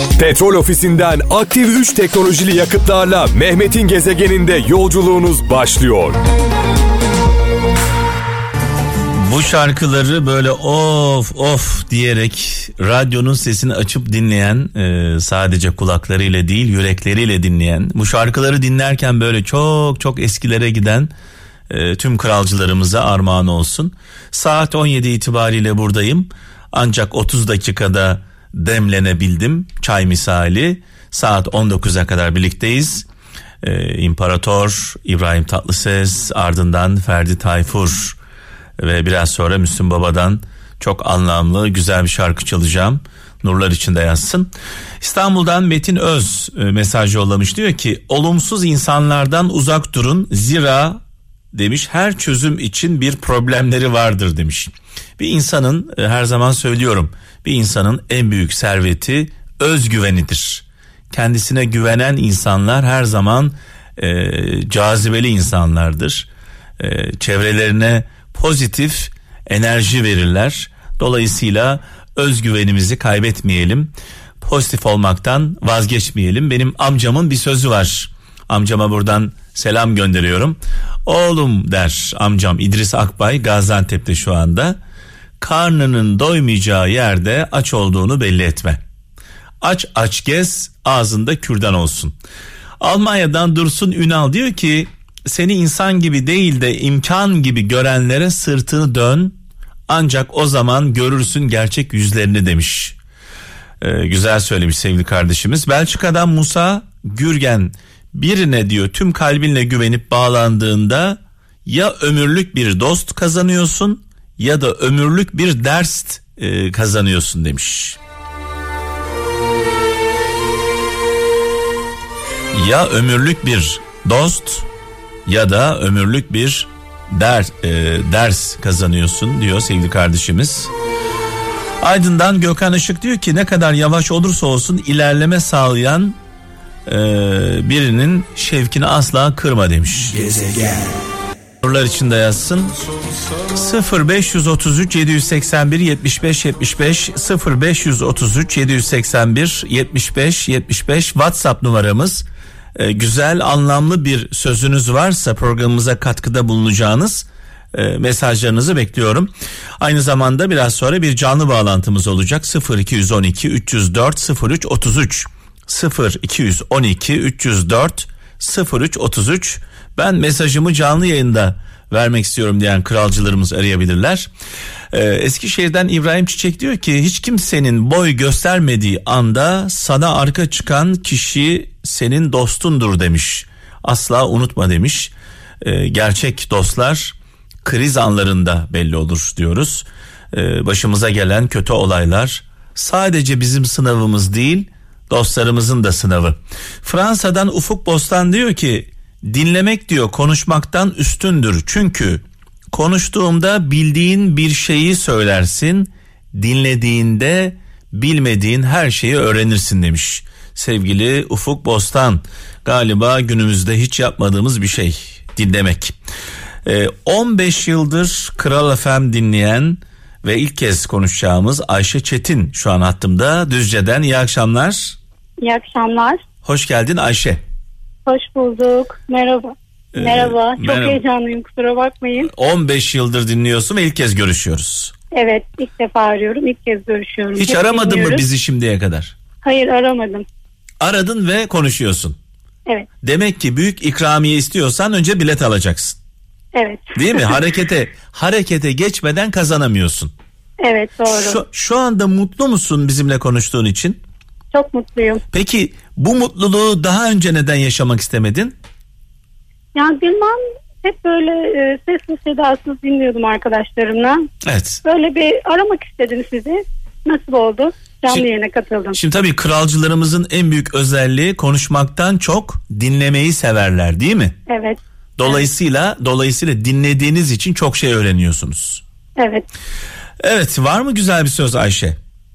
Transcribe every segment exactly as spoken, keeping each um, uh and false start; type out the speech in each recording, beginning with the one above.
Petrol Ofisi'nden aktif üç teknolojili yakıtlarla Mehmet'in gezegeninde yolculuğunuz başlıyor. Bu şarkıları böyle of of diyerek radyonun sesini açıp dinleyen, e, sadece kulaklarıyla değil yürekleriyle dinleyen, bu şarkıları dinlerken böyle çok çok eskilere giden e, tüm kralcılarımıza armağan olsun. Saat on yedi itibariyle buradayım. Ancak otuz dakikada demlenebildim çay misali. Saat on dokuza kadar birlikteyiz. Ee, İmparator İbrahim Tatlıses, ardından Ferdi Tayfur ve biraz sonra Müslüm Baba'dan çok anlamlı güzel bir şarkı çalacağım. Nurlar içinde yatsın. İstanbul'dan Metin Öz e, mesaj yollamış, diyor ki olumsuz insanlardan uzak durun, zira demiş her çözüm için bir problemleri vardır demiş. Bir insanın, e, her zaman söylüyorum, bir insanın en büyük serveti özgüvenidir. Kendisine güvenen insanlar her zaman e, cazibeli insanlardır. E, çevrelerine pozitif enerji verirler. Dolayısıyla özgüvenimizi kaybetmeyelim. Pozitif olmaktan vazgeçmeyelim. Benim amcamın bir sözü var. Amcama buradan selam gönderiyorum. Oğlum der amcam İdris Akbay, Gaziantep'te şu anda. Karnının doymayacağı yerde aç olduğunu belli etme. Aç aç gez, ağzında kürdan olsun. Almanya'dan Dursun Ünal diyor ki seni insan gibi değil de imkan gibi görenlere sırtını dön, ancak o zaman görürsün gerçek yüzlerini demiş. Ee, güzel söylemiş sevgili kardeşimiz. Belçika'dan Musa Gürgen, birine diyor tüm kalbinle güvenip bağlandığında ya ömürlük bir dost kazanıyorsun ya da ömürlük bir ders e, kazanıyorsun demiş. Ya ömürlük bir dost ya da ömürlük bir der, e, ders kazanıyorsun diyor sevgili kardeşimiz. Aydın'dan Gökhan Işık diyor ki ne kadar yavaş olursa olsun ilerleme sağlayan e, birinin şevkini asla kırma demiş. Gezegen. Sorular içinde yazsın. sıfır beş otuz üç yedi seksen bir yetmiş beş yetmiş beş sıfır beş otuz üç yedi seksen bir yetmiş beş yetmiş beş WhatsApp numaramız. Ee, güzel anlamlı bir sözünüz varsa programımıza katkıda bulunacağınız e, mesajlarınızı bekliyorum. Aynı zamanda biraz sonra bir canlı bağlantımız olacak. sıfır iki on iki üç yüz dört sıfır üç otuz üç sıfır iki on iki üç yüz dört sıfır üç otuz üç. Ben mesajımı canlı yayında vermek istiyorum diyen kralcılarımız arayabilirler. Ee, Eskişehir'den İbrahim Çiçek diyor ki hiç kimsenin boy göstermediği anda sana arka çıkan kişi senin dostundur demiş. Asla unutma demiş. Ee, gerçek dostlar kriz anlarında belli olur diyoruz. Ee, başımıza gelen kötü olaylar sadece bizim sınavımız değil, dostlarımızın da sınavı. Fransa'dan Ufuk Bostan diyor ki dinlemek diyor konuşmaktan üstündür. Çünkü konuştuğumda bildiğin bir şeyi söylersin, dinlediğinde bilmediğin her şeyi öğrenirsin demiş. Sevgili Ufuk Bostan, galiba günümüzde hiç yapmadığımız bir şey dinlemek. Ee, on beş yıldır Kral F M dinleyen ve ilk kez konuşacağımız Ayşe Çetin şu an hattımda Düzce'den. İyi akşamlar. İyi akşamlar. Hoş geldin Ayşe. Hoş bulduk. Merhaba. Ee, merhaba. Çok merhaba. Heyecanlıyım, kusura bakmayın. on beş yıldır dinliyorsun ve ilk kez görüşüyoruz. Evet, ilk defa arıyorum. İlk kez görüşüyorum. Hiç Hep aramadın dinliyoruz. Mı bizi şimdiye kadar? Hayır, aramadım. Aradın ve konuşuyorsun. Evet. Demek ki büyük ikramiye istiyorsan önce bilet alacaksın. Evet. Değil mi? Harekete harekete geçmeden kazanamıyorsun. Evet, doğru. Şu, şu anda mutlu musun bizimle konuştuğun için? Çok mutluyum. Peki bu mutluluğu daha önce neden yaşamak istemedin? Ya bilmem, hep böyle e, sessiz sedasız dinliyordum arkadaşlarımla. Evet. Böyle bir aramak istedim sizi. Nasıl oldu? Canlı şimdi, yayına katıldım. Şimdi tabii kralcılarımızın en büyük özelliği konuşmaktan çok dinlemeyi severler, değil mi? Evet. Dolayısıyla evet. dolayısıyla dinlediğiniz için çok şey öğreniyorsunuz. Evet. Evet, var mı güzel bir söz Ayşe?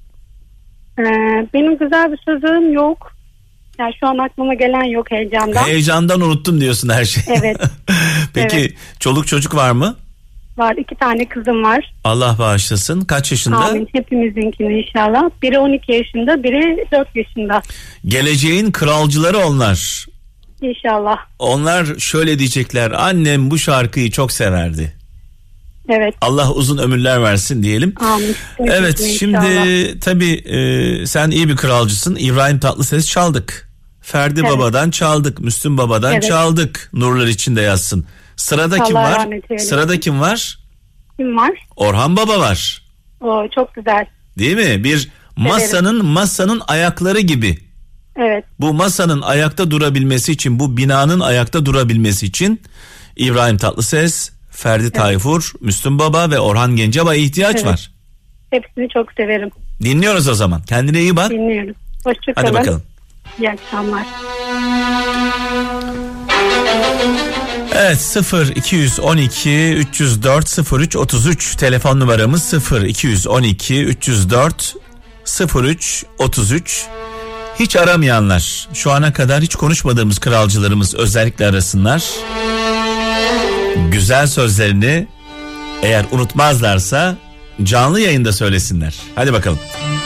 Ee, benim güzel bir sözüm yok. Yani şu an aklıma gelen yok, heyecandan. Heyecandan unuttum diyorsun her şeyi. Evet. Peki evet. Çoluk çocuk var mı? var. İki tane kızım var. Allah bağışlasın. Kaç yaşında? Amin. Hepimizinkini inşallah. Biri on iki yaşında, biri dört yaşında. Geleceğin kralcıları onlar. İnşallah. Onlar şöyle diyecekler: annem bu şarkıyı çok severdi. Evet. Allah uzun ömürler versin diyelim. Amin. Evet, şimdi tabii e, sen iyi bir kralcısın. İbrahim Tatlıses çaldık. Ferdi evet. Baba'dan çaldık. Müslüm Baba'dan evet. çaldık. Nurlar içinde yatsın. Sırada Allah kim var? Sırada kim var? Kim var? Orhan Baba var. Oo, çok güzel. Değil mi? Bir masanın evet. masanın ayakları gibi. Evet. Bu masanın ayakta durabilmesi için, bu binanın ayakta durabilmesi için İbrahim Tatlıses, Ferdi evet. Tayfur, Müslüm Baba ve Orhan Gencebay'a ihtiyaç evet. var. Hepsini çok severim. Dinliyoruz o zaman. Kendine iyi bak. Dinliyoruz. Hoşçakalın. Hadi bakalım. İyi akşamlar. Evet, sıfır iki on iki üç yüz dört sıfır üç otuz üç telefon numaramız. Sıfır iki on iki üç yüz dört sıfır üç otuz üç. Hiç aramayanlar, şu ana kadar hiç konuşmadığımız kralcılarımız özellikle arasınlar. Güzel sözlerini eğer unutmazlarsa canlı yayında söylesinler. Hadi bakalım.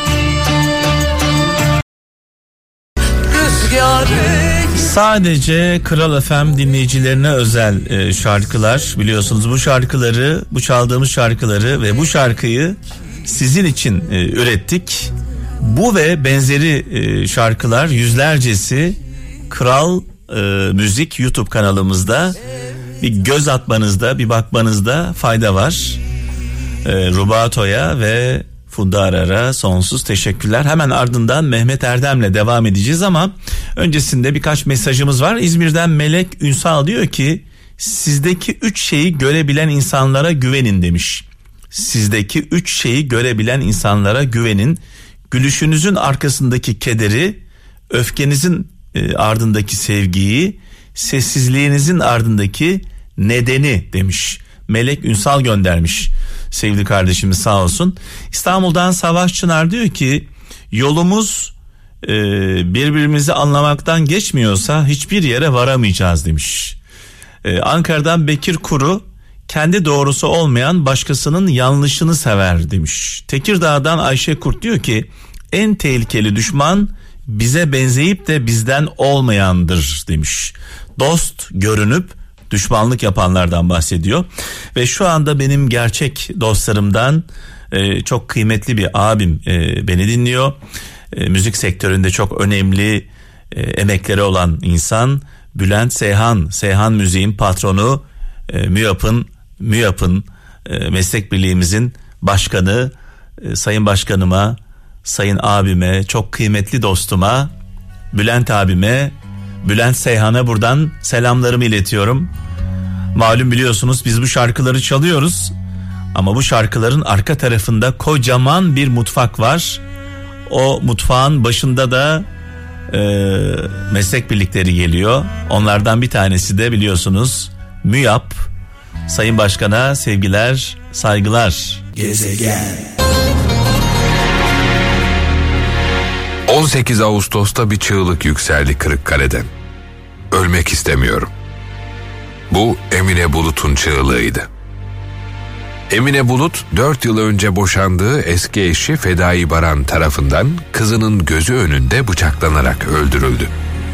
Sadece Kral F M dinleyicilerine özel e, şarkılar, biliyorsunuz bu şarkıları, bu çaldığımız şarkıları ve bu şarkıyı sizin için e, ürettik. Bu ve benzeri e, şarkılar yüzlercesi Kral e, Müzik YouTube kanalımızda. Bir göz atmanızda, bir bakmanızda fayda var. E, Rubato'ya ve Funda Arar'a sonsuz teşekkürler. Hemen ardından Mehmet Erdem'le devam edeceğiz ama öncesinde birkaç mesajımız var. İzmir'den Melek Ünsal diyor ki sizdeki üç şeyi görebilen insanlara güvenin demiş. Sizdeki üç şeyi görebilen insanlara güvenin. Gülüşünüzün arkasındaki kederi, öfkenizin ardındaki sevgiyi, sessizliğinizin ardındaki nedeni demiş. Melek Ünsal göndermiş. Sevgili kardeşimiz sağ olsun. İstanbul'dan Savaş Çınar diyor ki yolumuz e, birbirimizi anlamaktan geçmiyorsa hiçbir yere varamayacağız demiş. E, Ankara'dan Bekir Kuru kendi doğrusu olmayan başkasının yanlışını sever demiş. Tekirdağ'dan Ayşe Kurt diyor ki en tehlikeli düşman bize benzeyip de bizden olmayandır demiş. Dost görünüp düşmanlık yapanlardan bahsediyor. Ve şu anda benim gerçek dostlarımdan e, çok kıymetli bir abim e, beni dinliyor. E, müzik sektöründe çok önemli e, emekleri olan insan Bülent Seyhan. Seyhan Müziğin patronu, e, MÜYAP'ın MÜYAP'ın e, meslek birliğimizin başkanı, e, sayın başkanıma, sayın abime, çok kıymetli dostuma, Bülent abime, Bülent Seyhan'a buradan selamlarımı iletiyorum. Malum biliyorsunuz biz bu şarkıları çalıyoruz ama bu şarkıların arka tarafında kocaman bir mutfak var. O mutfağın başında da e, meslek birlikleri geliyor. Onlardan bir tanesi de biliyorsunuz MÜYAP. Sayın Başkan'a sevgiler, saygılar. Gezegen. on sekiz Ağustos'ta bir çığlık yükseldi Kırıkkale'den. Ölmek istemiyorum. Bu Emine Bulut'un çığlığıydı. Emine Bulut dört yıl önce boşandığı eski eşi Fedai Baran tarafından kızının gözü önünde bıçaklanarak öldürüldü.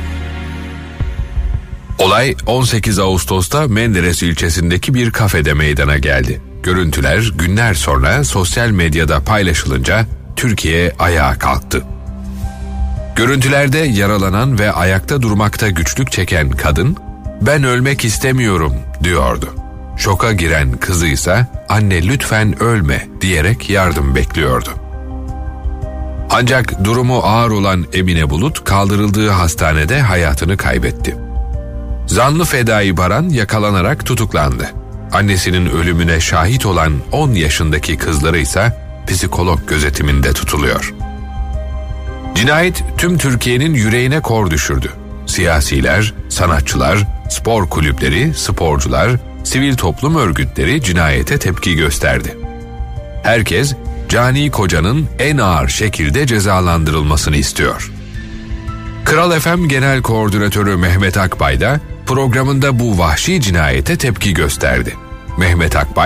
Olay on sekiz Ağustos'ta Menderes ilçesindeki bir kafede meydana geldi. Görüntüler günler sonra sosyal medyada paylaşılınca Türkiye ayağa kalktı. Görüntülerde yaralanan ve ayakta durmakta güçlük çeken kadın, "Ben ölmek istemiyorum," diyordu. Şoka giren kızı ise "Anne lütfen ölme," diyerek yardım bekliyordu. Ancak durumu ağır olan Emine Bulut kaldırıldığı hastanede hayatını kaybetti. Zanlı Fedai Baran yakalanarak tutuklandı. Annesinin ölümüne şahit olan on yaşındaki kızları ise psikolog gözetiminde tutuluyor. Cinayet tüm Türkiye'nin yüreğine kor düşürdü. Siyasiler, sanatçılar, spor kulüpleri, sporcular, sivil toplum örgütleri cinayete tepki gösterdi. Herkes cani kocanın en ağır şekilde cezalandırılmasını istiyor. Kral F M Genel Koordinatörü Mehmet Akbay da programında bu vahşi cinayete tepki gösterdi. Mehmet Akbay,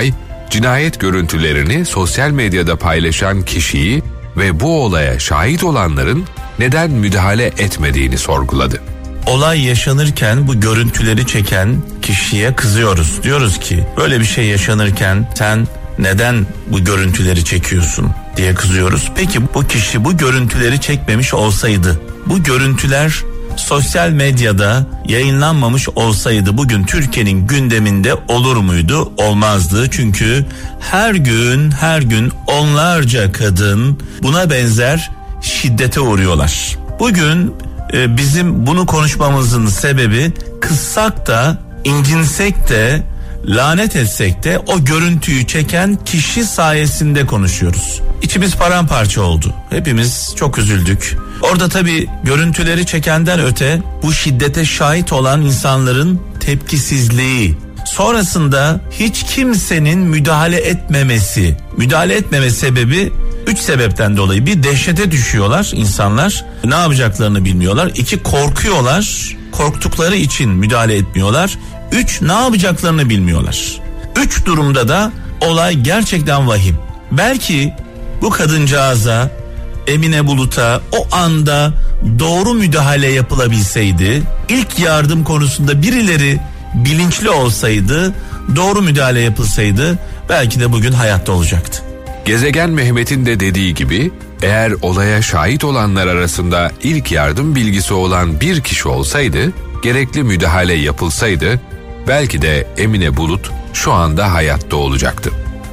cinayet görüntülerini sosyal medyada paylaşan kişiyi ve bu olaya şahit olanların neden müdahale etmediğini sorguladı. Olay yaşanırken bu görüntüleri çeken kişiye kızıyoruz. Diyoruz ki böyle bir şey yaşanırken sen neden bu görüntüleri çekiyorsun diye kızıyoruz. Peki bu kişi bu görüntüleri çekmemiş olsaydı, bu görüntüler sosyal medyada yayınlanmamış olsaydı bugün Türkiye'nin gündeminde olur muydu? Olmazdı. Çünkü her gün her gün onlarca kadın buna benzer şiddete uğruyorlar. Bugün e, bizim bunu konuşmamızın sebebi kızsak da, incinsek de, lanet etsek de o görüntüyü çeken kişi sayesinde konuşuyoruz. İçimiz paramparça oldu. Hepimiz çok üzüldük. Orada tabii görüntüleri çekenden öte bu şiddete şahit olan insanların tepkisizliği, sonrasında hiç kimsenin müdahale etmemesi. Müdahale etmeme sebebi üç sebepten dolayı. Bir, dehşete düşüyorlar insanlar. Ne yapacaklarını bilmiyorlar. İki, korkuyorlar. Korktukları için müdahale etmiyorlar. Üç, ne yapacaklarını bilmiyorlar. Üç durumda da olay gerçekten vahim. Belki bu kadıncağıza, Emine Bulut'a o anda doğru müdahale yapılabilseydi, ilk yardım konusunda birileri bilinçli olsaydı, doğru müdahale yapılsaydı belki de bugün hayatta olacaktı. Gezegen Mehmet'in de dediği gibi, eğer olaya şahit olanlar arasında ilk yardım bilgisi olan bir kişi olsaydı, gerekli müdahale yapılsaydı, belki de Emine Bulut şu anda hayatta olacaktı.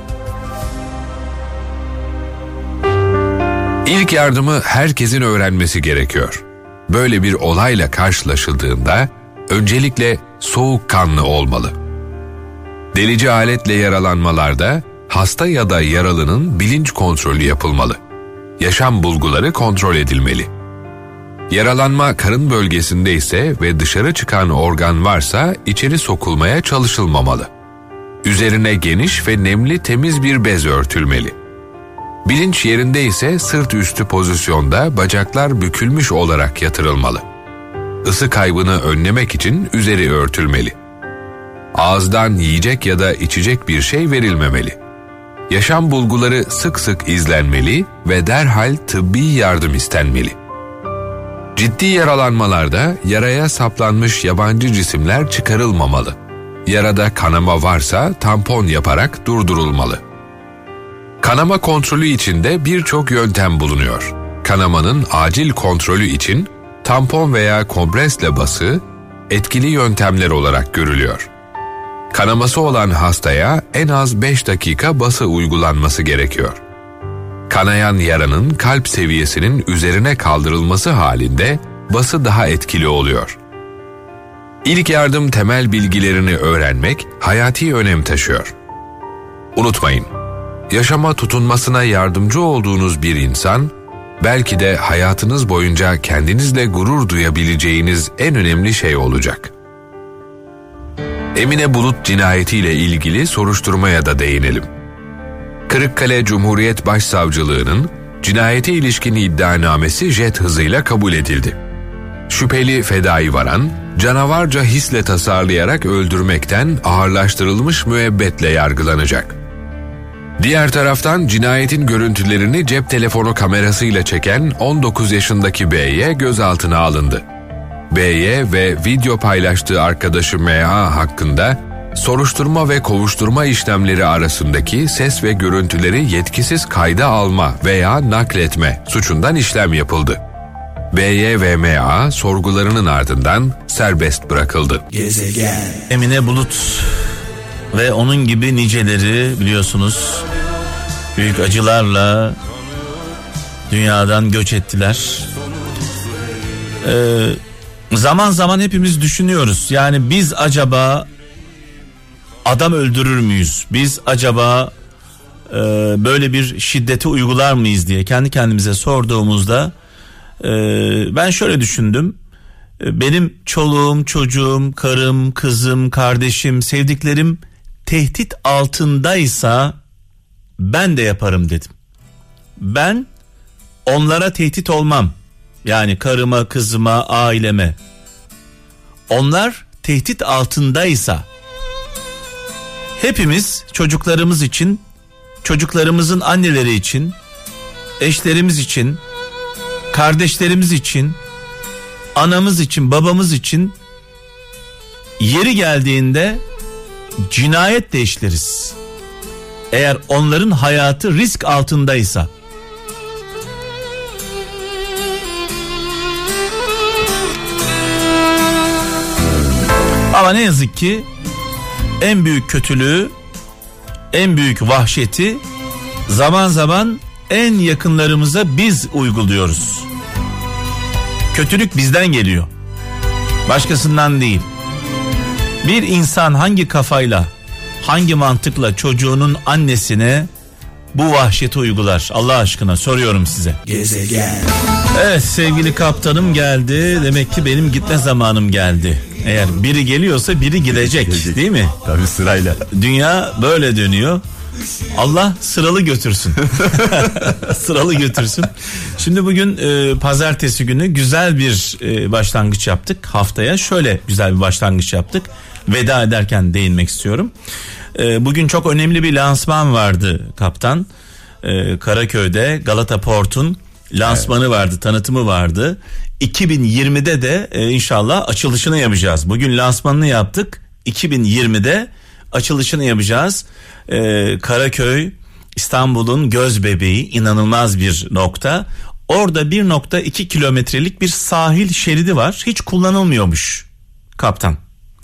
İlk yardımı herkesin öğrenmesi gerekiyor. Böyle bir olayla karşılaşıldığında öncelikle soğukkanlı olmalı. Delici aletle yaralanmalarda hasta ya da yaralının bilinç kontrolü yapılmalı. Yaşam bulguları kontrol edilmeli. Yaralanma karın bölgesinde ise ve dışarı çıkan organ varsa içeri sokulmaya çalışılmamalı. Üzerine geniş ve nemli temiz bir bez örtülmeli. Bilinç yerinde ise sırt üstü pozisyonda bacaklar bükülmüş olarak yatırılmalı. Isı kaybını önlemek için üzeri örtülmeli. Ağızdan yiyecek ya da içecek bir şey verilmemeli. Yaşam bulguları sık sık izlenmeli ve derhal tıbbi yardım istenmeli. Ciddi yaralanmalarda yaraya saplanmış yabancı cisimler çıkarılmamalı. Yarada kanama varsa tampon yaparak durdurulmalı. Kanama kontrolü için de birçok yöntem bulunuyor. Kanamanın acil kontrolü için tampon veya kompresle bası etkili yöntemler olarak görülüyor. Kanaması olan hastaya en az beş dakika bası uygulanması gerekiyor. Kanayan yaranın kalp seviyesinin üzerine kaldırılması halinde bası daha etkili oluyor. İlk yardım temel bilgilerini öğrenmek hayati önem taşıyor. Unutmayın, yaşama tutunmasına yardımcı olduğunuz bir insan, belki de hayatınız boyunca kendinizle gurur duyabileceğiniz en önemli şey olacak. Emine Bulut cinayetiyle ilgili soruşturmaya da değinelim. Kırıkkale Cumhuriyet Başsavcılığı'nın cinayete ilişkin iddianamesi jet hızıyla kabul edildi. Şüpheli Fedai Varan, canavarca hisle tasarlayarak öldürmekten ağırlaştırılmış müebbetle yargılanacak. Diğer taraftan cinayetin görüntülerini cep telefonu kamerasıyla çeken on dokuz yaşındaki B'ye gözaltına alındı. B'ye ve video paylaştığı arkadaşı M A hakkında soruşturma ve kovuşturma işlemleri arasındaki ses ve görüntüleri yetkisiz kayda alma veya nakletme suçundan işlem yapıldı. B'ye ve M A sorgularının ardından serbest bırakıldı. Gezegen. Emine Bulut ve onun gibi niceleri biliyorsunuz büyük acılarla dünyadan göç ettiler. Ee, zaman zaman hepimiz düşünüyoruz. Yani biz acaba adam öldürür müyüz? Biz acaba e, böyle bir şiddeti uygular mıyız diye kendi kendimize sorduğumuzda e, ben şöyle düşündüm. Benim çoluğum, çocuğum, karım, kızım, kardeşim, sevdiklerim tehdit altındaysa ben de yaparım dedim. Ben onlara tehdit olmam. Yani karıma, kızıma, aileme. Onlar tehdit altındaysa, hepimiz çocuklarımız için, çocuklarımızın anneleri için, eşlerimiz için, kardeşlerimiz için, anamız için, babamız için yeri geldiğinde cinayet de işleriz. Eğer onların hayatı risk altındaysa. Ama ne yazık ki en büyük kötülüğü, en büyük vahşeti zaman zaman en yakınlarımıza biz uyguluyoruz. Kötülük bizden geliyor, başkasından değil. Bir insan hangi kafayla, hangi mantıkla çocuğunun annesine bu vahşeti uygular? Allah aşkına soruyorum size. Gezegen. Evet, sevgili kaptanım geldi. Demek ki benim gitme zamanım geldi. Eğer biri geliyorsa biri gidecek, gidecek. Değil mi? Tabii, sırayla. Dünya böyle dönüyor. Allah sıralı götürsün. Sıralı götürsün. Şimdi bugün e, pazartesi günü güzel bir e, başlangıç yaptık haftaya. Şöyle güzel bir başlangıç yaptık. Veda ederken değinmek istiyorum. E, bugün çok önemli bir lansman vardı kaptan. E, Karaköy'de Galata Port'un lansmanı evet. vardı, tanıtımı vardı. iki bin yirmide de e, inşallah açılışını yapacağız. Bugün lansmanını yaptık. iki bin yirmide açılışını yapacağız. Ee, Karaköy İstanbul'un göz bebeği, inanılmaz bir nokta. Orada bir nokta iki kilometrelik bir sahil şeridi var. Hiç kullanılmıyormuş kaptan.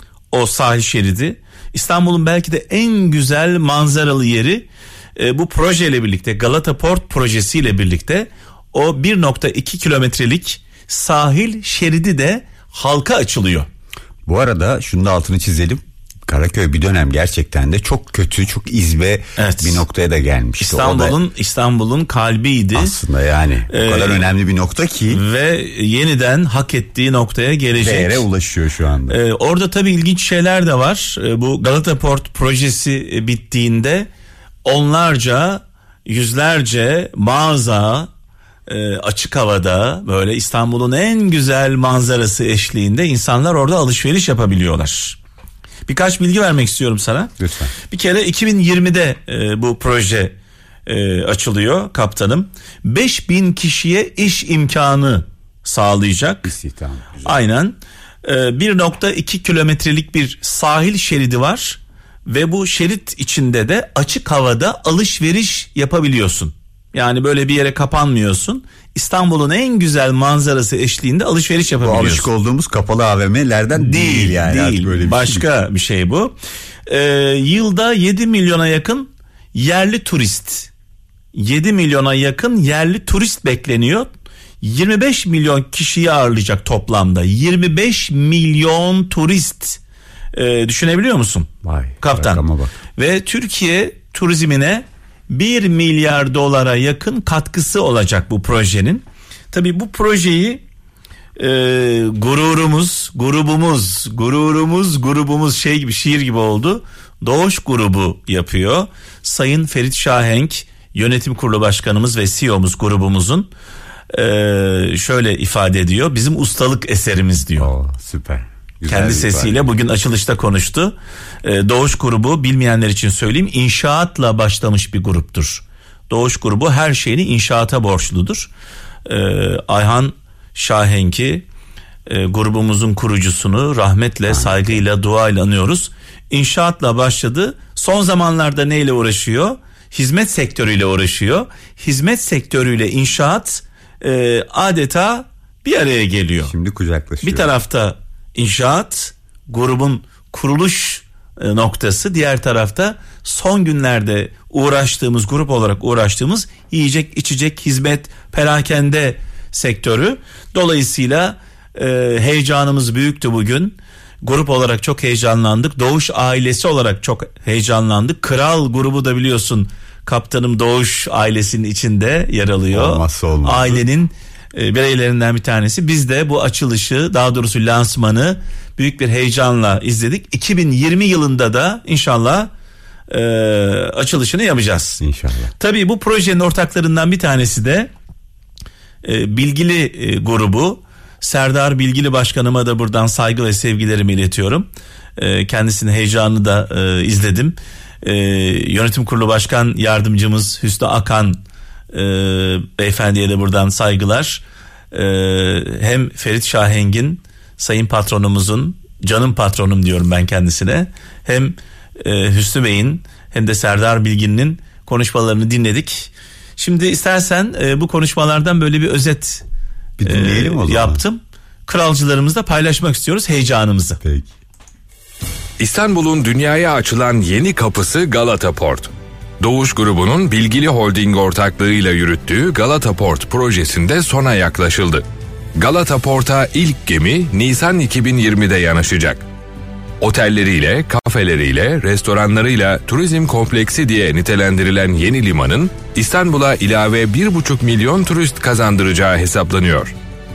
O sahil şeridi İstanbul'un belki de en güzel manzaralı yeri. Ee, bu projeyle birlikte, Galata Port projesiyle birlikte o bir nokta iki kilometrelik sahil şeridi de halka açılıyor. Bu arada şunun da altını çizelim. Karaköy bir dönem gerçekten de çok kötü, çok izbe evet. bir noktaya da gelmişti. İstanbul'un da, İstanbul'un kalbiydi. Aslında yani ee, o kadar önemli bir nokta ki. Ve yeniden hak ettiği noktaya gelecek. Değere ulaşıyor şu anda. Ee, orada tabii ilginç şeyler de var. Ee, bu Galata Port projesi bittiğinde onlarca, yüzlerce mağaza e, açık havada böyle İstanbul'un en güzel manzarası eşliğinde insanlar orada alışveriş yapabiliyorlar. Birkaç bilgi vermek istiyorum sana. Lütfen. Bir kere iki bin yirmide e, bu proje e, açılıyor kaptanım. beş bin kişiye iş imkanı sağlayacak. İstihdam. Aynen. E, bir nokta iki kilometrelik bir sahil şeridi var ve bu şerit içinde de açık havada alışveriş yapabiliyorsun. Yani böyle bir yere kapanmıyorsun. İstanbul'un en güzel manzarası eşliğinde alışveriş yapabiliyorsun. Bu alışık olduğumuz kapalı A V M'lerden değil, değil yani. Değil, böyle bir başka şey. bir şey bu. Ee, yılda yedi milyona yakın yerli turist. yedi milyona yakın yerli turist bekleniyor. yirmi beş milyon kişiyi ağırlayacak toplamda. yirmi beş milyon turist. Ee, düşünebiliyor musun? Vay, kaptan. Ve Türkiye turizmine bir milyar dolara yakın katkısı olacak bu projenin. Tabii bu projeyi e, gururumuz, grubumuz, gururumuz, grubumuz şey gibi, şiir gibi oldu. Doğuş grubu yapıyor. Sayın Ferit Şahenk, yönetim kurulu başkanımız ve C E O'muz grubumuzun e, şöyle ifade ediyor. Bizim ustalık eserimiz diyor. Oo, süper. Güzel. Kendi sesiyle bugün açılışta konuştu. Ee, Doğuş grubu, bilmeyenler için söyleyeyim, inşaatla başlamış bir gruptur. Doğuş grubu her şeyini inşaata borçludur. Ee, Ayhan Şahenk'i, e, grubumuzun kurucusunu rahmetle, saygıyla, duayla anıyoruz. İnşaatla başladı. Son zamanlarda neyle uğraşıyor? Hizmet sektörüyle uğraşıyor. Hizmet sektörüyle inşaat e, adeta bir araya geliyor. Şimdi kucaklaşıyor. Bir tarafta İnşaat grubun kuruluş noktası, diğer tarafta son günlerde uğraştığımız, grup olarak uğraştığımız yiyecek, içecek, hizmet, perakende sektörü. Dolayısıyla e, heyecanımız büyüktü bugün. Grup olarak çok heyecanlandık. Doğuş ailesi olarak çok heyecanlandık. Kral grubu da biliyorsun kaptanım Doğuş ailesinin içinde yer alıyor. Olmazsa olmaz. Ailenin bireylerinden bir tanesi. Biz de bu açılışı, daha doğrusu lansmanı büyük bir heyecanla izledik. iki bin yirmi yılında da inşallah e, açılışını yapacağız. İnşallah. Tabii bu projenin ortaklarından bir tanesi de e, Bilgili e, grubu. Serdar Bilgili başkanıma da buradan saygı ve sevgilerimi iletiyorum. E, kendisinin heyecanını da e, izledim. e, yönetim kurulu başkan yardımcımız Hüsnü Akan e, beyefendiye de buradan saygılar. E, hem Ferit Şahengin sayın patronumuzun, canım patronum diyorum ben kendisine, hem e, Hüsnü Bey'in hem de Serdar Bilgin'in konuşmalarını dinledik. Şimdi istersen e, bu konuşmalardan böyle bir özet bir dinleyelim e, o zaman. Yaptım. Kralcılarımızla paylaşmak istiyoruz heyecanımızı. Peki. İstanbul'un dünyaya açılan yeni kapısı Galata Port. Doğuş grubunun Bilgili Holding ortaklığıyla yürüttüğü Galata Port projesinde sona yaklaşıldı. Galata Port'a ilk gemi Nisan iki bin yirmide yanaşacak. Otelleriyle, kafeleriyle, restoranlarıyla turizm kompleksi diye nitelendirilen yeni limanın İstanbul'a ilave bir buçuk milyon turist kazandıracağı hesaplanıyor.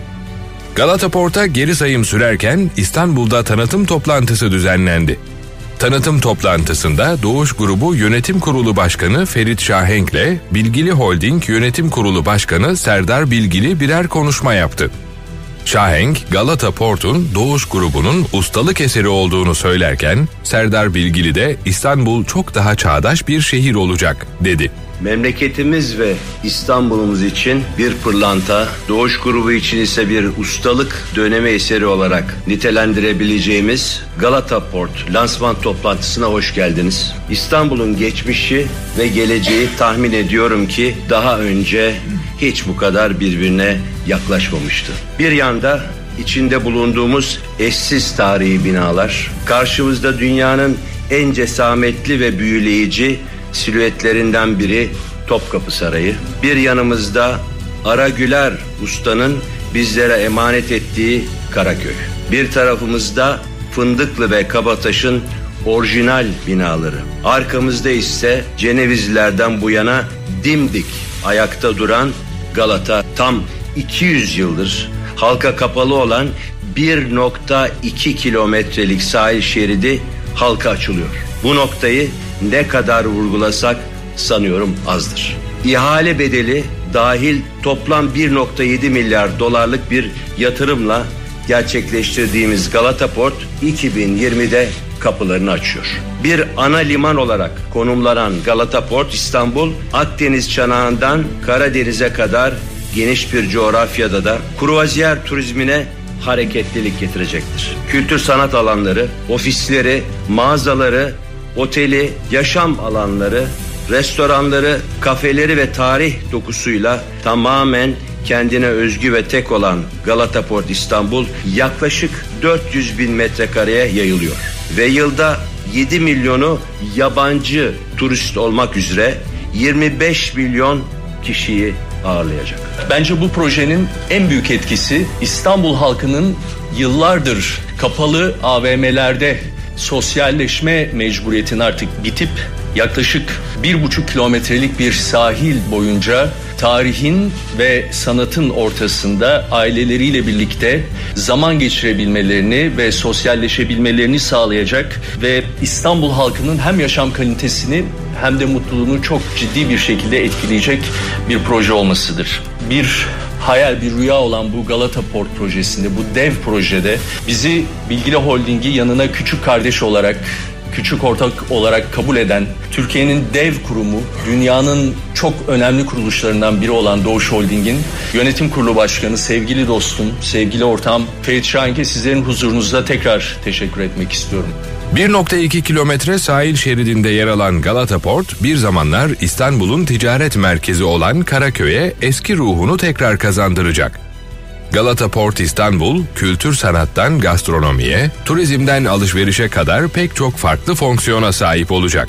Galata Port'a geri sayım sürerken İstanbul'da tanıtım toplantısı düzenlendi. Tanıtım toplantısında Doğuş Grubu Yönetim Kurulu Başkanı Ferit Şahenk'le Bilgili Holding Yönetim Kurulu Başkanı Serdar Bilgili birer konuşma yaptı. Şahenk, Galata Port'un Doğuş Grubu'nun ustalık eseri olduğunu söylerken, Serdar Bilgili de İstanbul çok daha çağdaş bir şehir olacak dedi. Memleketimiz ve İstanbul'umuz için bir pırlanta, Doğuş Grubu için ise bir ustalık dönemi eseri olarak nitelendirebileceğimiz Galata Port lansman toplantısına hoş geldiniz. İstanbul'un geçmişi ve geleceği tahmin ediyorum ki daha önce hiç bu kadar birbirine yaklaşmamıştı. Bir yanda içinde bulunduğumuz eşsiz tarihi binalar, karşımızda dünyanın en cesametli ve büyüleyici silüetlerinden biri Topkapı Sarayı. Bir yanımızda Ara Güler Usta'nın bizlere emanet ettiği Karaköy. Bir tarafımızda Fındıklı ve Kabataş'ın orijinal binaları. Arkamızda ise Cenevizlilerden bu yana dimdik ayakta duran Galata, tam iki yüz yıldır halka kapalı olan bir nokta iki kilometrelik sahil şeridi halka açılıyor. Bu noktayı ne kadar vurgulasak sanıyorum azdır. İhale bedeli dahil toplam bir nokta yedi milyar dolarlık bir yatırımla gerçekleştirdiğimiz Galata Port iki bin yirmide kapılarını açıyor. Bir ana liman olarak konumlanan Galata Port, İstanbul, Akdeniz çanağından Karadeniz'e kadar geniş bir coğrafyada da kruvaziyer turizmine hareketlilik getirecektir. Kültür sanat alanları, ofisleri, mağazaları, oteli, yaşam alanları, restoranları, kafeleri ve tarih dokusuyla tamamen kendine özgü ve tek olan Galata Port İstanbul yaklaşık dört yüz bin metrekareye yayılıyor. Ve yılda yedi milyonu yabancı turist olmak üzere yirmi beş milyon kişiyi ağırlayacak. Bence bu projenin en büyük etkisi İstanbul halkının yıllardır kapalı A V M'lerde sosyalleşme mecburiyetin artık bitip yaklaşık bir buçuk kilometrelik bir sahil boyunca tarihin ve sanatın ortasında aileleriyle birlikte zaman geçirebilmelerini ve sosyalleşebilmelerini sağlayacak ve İstanbul halkının hem yaşam kalitesini hem de mutluluğunu çok ciddi bir şekilde etkileyecek bir proje olmasıdır. Bir hayal, bir rüya olan bu Galata Port projesinde, bu dev projede bizi Bilgili Holding'i yanına küçük kardeş olarak, küçük ortak olarak kabul eden Türkiye'nin dev kurumu, dünyanın çok önemli kuruluşlarından biri olan Doğuş Holding'in yönetim kurulu başkanı, sevgili dostum, sevgili ortağım Ferit Şahenk'e sizlerin huzurunuzda tekrar teşekkür etmek istiyorum. bir nokta iki kilometre sahil şeridinde yer alan Galata Port, bir zamanlar İstanbul'un ticaret merkezi olan Karaköy'e eski ruhunu tekrar kazandıracak. Galata Port İstanbul, kültür sanattan gastronomiye, turizmden alışverişe kadar pek çok farklı fonksiyona sahip olacak.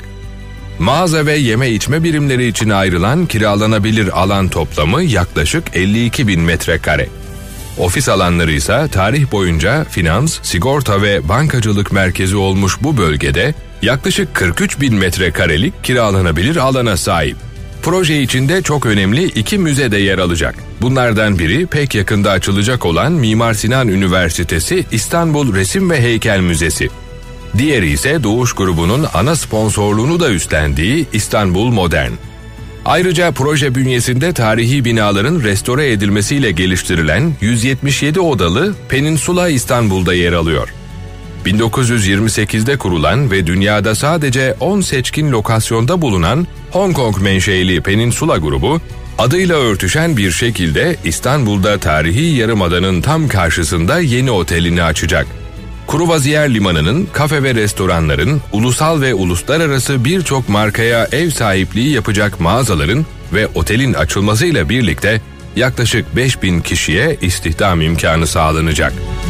Mağaza ve yeme içme birimleri için ayrılan kiralanabilir alan toplamı yaklaşık elli iki bin metrekare. Ofis alanları ise tarih boyunca finans, sigorta ve bankacılık merkezi olmuş bu bölgede yaklaşık kırk üç bin metrekarelik kiralanabilir alana sahip. Proje içinde çok önemli iki müze de yer alacak. Bunlardan biri pek yakında açılacak olan Mimar Sinan Üniversitesi İstanbul Resim ve Heykel Müzesi. Diğeri ise Doğuş Grubu'nun ana sponsorluğunu da üstlendiği İstanbul Modern. Ayrıca proje bünyesinde tarihi binaların restore edilmesiyle geliştirilen yüz yetmiş yedi odalı Peninsula İstanbul'da yer alıyor. bin dokuz yüz yirmi sekizde kurulan ve dünyada sadece on seçkin lokasyonda bulunan Hong Kong menşeili Peninsula grubu, adıyla örtüşen bir şekilde İstanbul'da tarihi yarımadanın tam karşısında yeni otelini açacak. Kruvaziyer Limanı'nın kafe ve restoranların, ulusal ve uluslararası birçok markaya ev sahipliği yapacak mağazaların ve otelin açılmasıyla birlikte yaklaşık beş bin kişiye istihdam imkanı sağlanacak.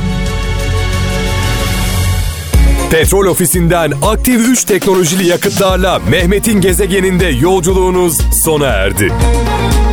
Petrol Ofisi'nden Aktiv üç teknolojili yakıtlarla Mehmet'in gezegeninde yolculuğunuz sona erdi.